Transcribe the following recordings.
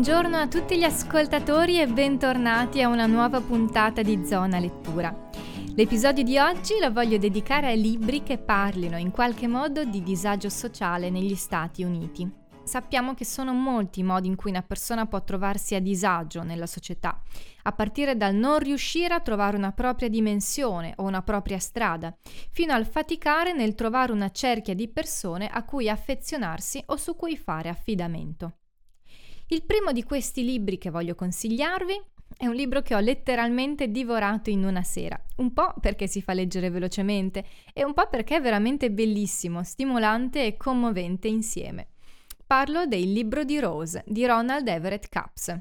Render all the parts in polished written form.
Buongiorno a tutti gli ascoltatori e bentornati a una nuova puntata di Zona Lettura. L'episodio di oggi lo voglio dedicare ai libri che parlino in qualche modo di disagio sociale negli Stati Uniti. Sappiamo che sono molti i modi in cui una persona può trovarsi a disagio nella società, a partire dal non riuscire a trovare una propria dimensione o una propria strada, fino al faticare nel trovare una cerchia di persone a cui affezionarsi o su cui fare affidamento. Il primo di questi libri che voglio consigliarvi è un libro che ho letteralmente divorato in una sera, un po' perché si fa leggere velocemente e un po' perché è veramente bellissimo, stimolante e commovente insieme. Parlo del Libro di Rose di Ronald Everett Capps.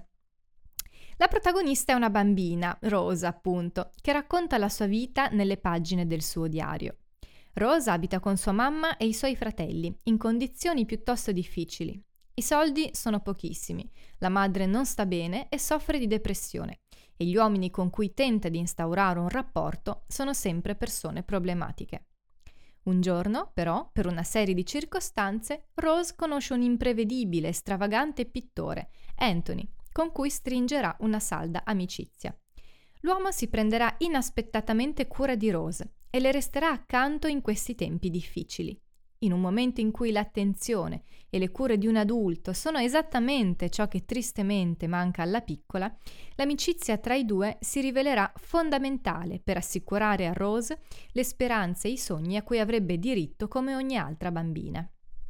La protagonista è una bambina, Rose appunto, che racconta la sua vita nelle pagine del suo diario. Rose abita con sua mamma e i suoi fratelli, in condizioni piuttosto difficili. I soldi sono pochissimi, la madre non sta bene e soffre di depressione e gli uomini con cui tenta di instaurare un rapporto sono sempre persone problematiche. Un giorno, però, per una serie di circostanze, Rose conosce un imprevedibile e stravagante pittore, Anthony, con cui stringerà una salda amicizia. L'uomo si prenderà inaspettatamente cura di Rose e le resterà accanto in questi tempi difficili. In un momento in cui l'attenzione e le cure di un adulto sono esattamente ciò che tristemente manca alla piccola, l'amicizia tra i due si rivelerà fondamentale per assicurare a Rose le speranze e i sogni a cui avrebbe diritto come ogni altra bambina.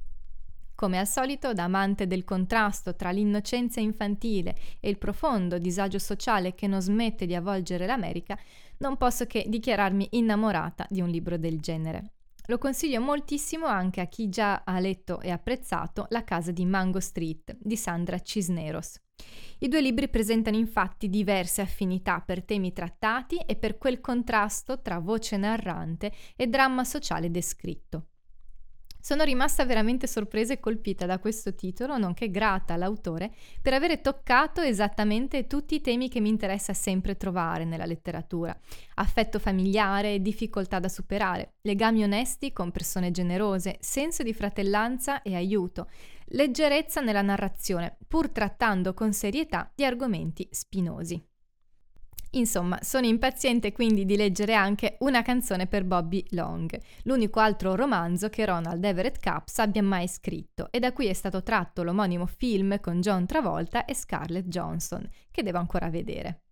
Come al solito, da amante del contrasto tra l'innocenza infantile e il profondo disagio sociale che non smette di avvolgere l'America, non posso che dichiararmi innamorata di un libro del genere. Lo consiglio moltissimo anche a chi già ha letto e apprezzato La casa di Mango Street di Sandra Cisneros. I due libri presentano infatti diverse affinità per temi trattati e per quel contrasto tra voce narrante e dramma sociale descritto. Sono rimasta veramente sorpresa e colpita da questo titolo, nonché grata all'autore per avere toccato esattamente tutti i temi che mi interessa sempre trovare nella letteratura: affetto familiare, difficoltà da superare, legami onesti con persone generose, senso di fratellanza e aiuto, leggerezza nella narrazione, pur trattando con serietà di argomenti spinosi. Insomma, sono impaziente quindi di leggere anche Una canzone per Bobby Long, l'unico altro romanzo che Ronald Everett Capps abbia mai scritto, e da cui è stato tratto l'omonimo film con John Travolta e Scarlett Johansson, che devo ancora vedere.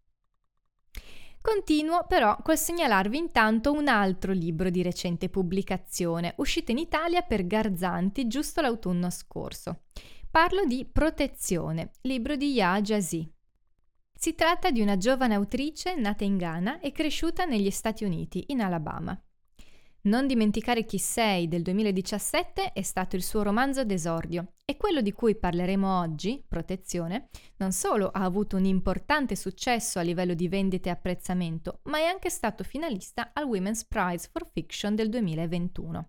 Continuo però col segnalarvi intanto un altro libro di recente pubblicazione, uscito in Italia per Garzanti giusto l'autunno scorso. Parlo di Protezione, libro di Yaa Gyasi. Si tratta di una giovane autrice nata in Ghana e cresciuta negli Stati Uniti, in Alabama. Non dimenticare chi sei del 2017 è stato il suo romanzo d'esordio e quello di cui parleremo oggi, Protezione, non solo ha avuto un importante successo a livello di vendite e apprezzamento, ma è anche stato finalista al Women's Prize for Fiction del 2021.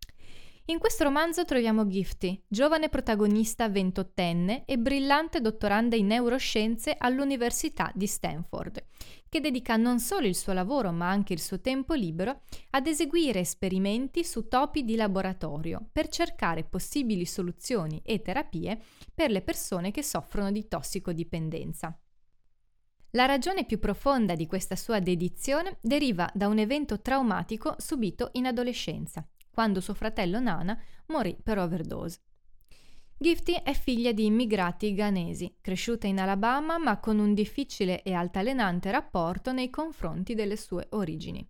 In questo romanzo troviamo Gifty, giovane protagonista 28enne e brillante dottoranda in neuroscienze all'Università di Stanford, che dedica non solo il suo lavoro ma anche il suo tempo libero ad eseguire esperimenti su topi di laboratorio per cercare possibili soluzioni e terapie per le persone che soffrono di tossicodipendenza. La ragione più profonda di questa sua dedizione deriva da un evento traumatico subito in adolescenza, quando suo fratello Nana morì per overdose. Gifty è figlia di immigrati ghanesi, cresciuta in Alabama ma con un difficile e altalenante rapporto nei confronti delle sue origini.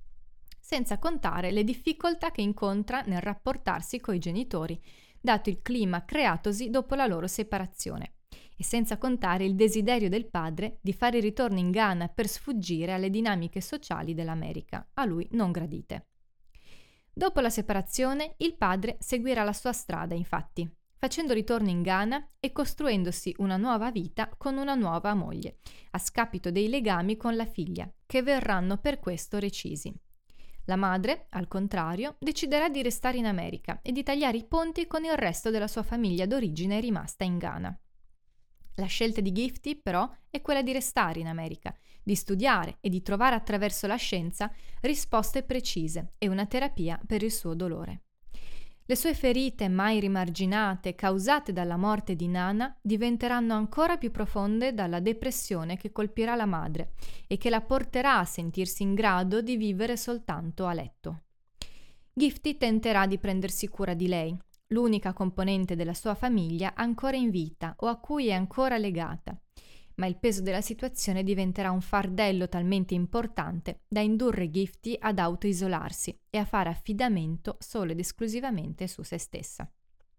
Senza contare le difficoltà che incontra nel rapportarsi coi genitori, dato il clima creatosi dopo la loro separazione, e senza contare il desiderio del padre di fare ritorno in Ghana per sfuggire alle dinamiche sociali dell'America, a lui non gradite. Dopo la separazione, il padre seguirà la sua strada, infatti, facendo ritorno in Ghana e costruendosi una nuova vita con una nuova moglie, a scapito dei legami con la figlia, che verranno per questo recisi. La madre, al contrario, deciderà di restare in America e di tagliare i ponti con il resto della sua famiglia d'origine rimasta in Ghana. La scelta di Gifty, però, è quella di restare in America, di studiare e di trovare attraverso la scienza risposte precise e una terapia per il suo dolore. Le sue ferite mai rimarginate, causate dalla morte di Nana, diventeranno ancora più profonde dalla depressione che colpirà la madre e che la porterà a sentirsi in grado di vivere soltanto a letto. Gifty tenterà di prendersi cura di lei, l'unica componente della sua famiglia ancora in vita o a cui è ancora legata, ma il peso della situazione diventerà un fardello talmente importante da indurre Gifty ad autoisolarsi e a fare affidamento solo ed esclusivamente su se stessa.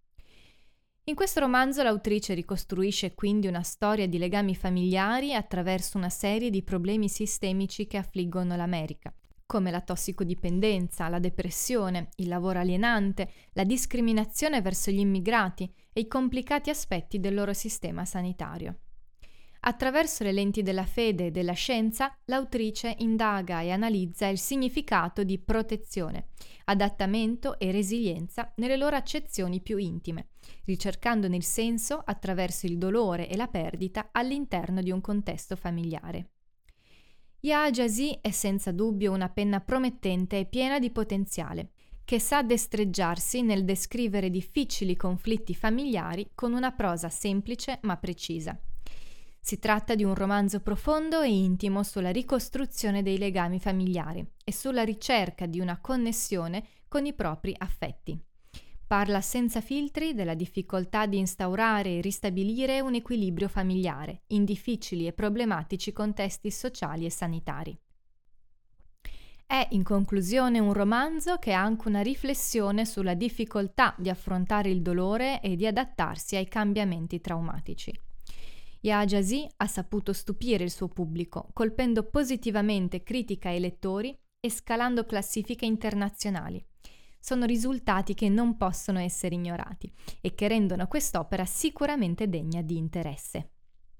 In questo romanzo l'autrice ricostruisce quindi una storia di legami familiari attraverso una serie di problemi sistemici che affliggono l'America, come la tossicodipendenza, la depressione, il lavoro alienante, la discriminazione verso gli immigrati e i complicati aspetti del loro sistema sanitario. Attraverso le lenti della fede e della scienza, l'autrice indaga e analizza il significato di protezione, adattamento e resilienza nelle loro accezioni più intime, ricercandone il senso attraverso il dolore e la perdita all'interno di un contesto familiare. Yaa Gyasi è senza dubbio una penna promettente e piena di potenziale, che sa destreggiarsi nel descrivere difficili conflitti familiari con una prosa semplice ma precisa. Si tratta di un romanzo profondo e intimo sulla ricostruzione dei legami familiari e sulla ricerca di una connessione con i propri affetti. Parla senza filtri della difficoltà di instaurare e ristabilire un equilibrio familiare in difficili e problematici contesti sociali e sanitari. È in conclusione un romanzo che ha anche una riflessione sulla difficoltà di affrontare il dolore e di adattarsi ai cambiamenti traumatici. Yaa Gyasi ha saputo stupire il suo pubblico, colpendo positivamente critica e lettori e scalando classifiche internazionali. Sono risultati che non possono essere ignorati e che rendono quest'opera sicuramente degna di interesse.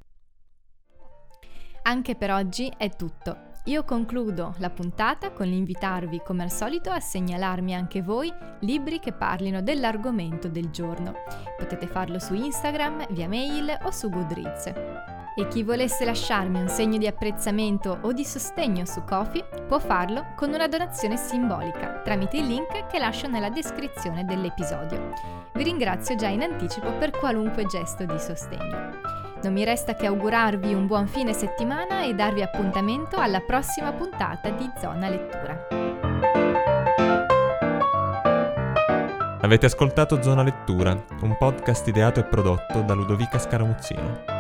Anche per oggi è tutto. Io concludo la puntata con l'invitarvi, come al solito, a segnalarmi anche voi libri che parlino dell'argomento del giorno. Potete farlo su Instagram, via mail o su Goodreads. E chi volesse lasciarmi un segno di apprezzamento o di sostegno su Ko-fi può farlo con una donazione simbolica tramite il link che lascio nella descrizione dell'episodio. Vi ringrazio già in anticipo per qualunque gesto di sostegno. Non mi resta che augurarvi un buon fine settimana e darvi appuntamento alla prossima puntata di Zona Lettura. Avete ascoltato Zona Lettura, un podcast ideato e prodotto da Ludovica Scaramuzzino.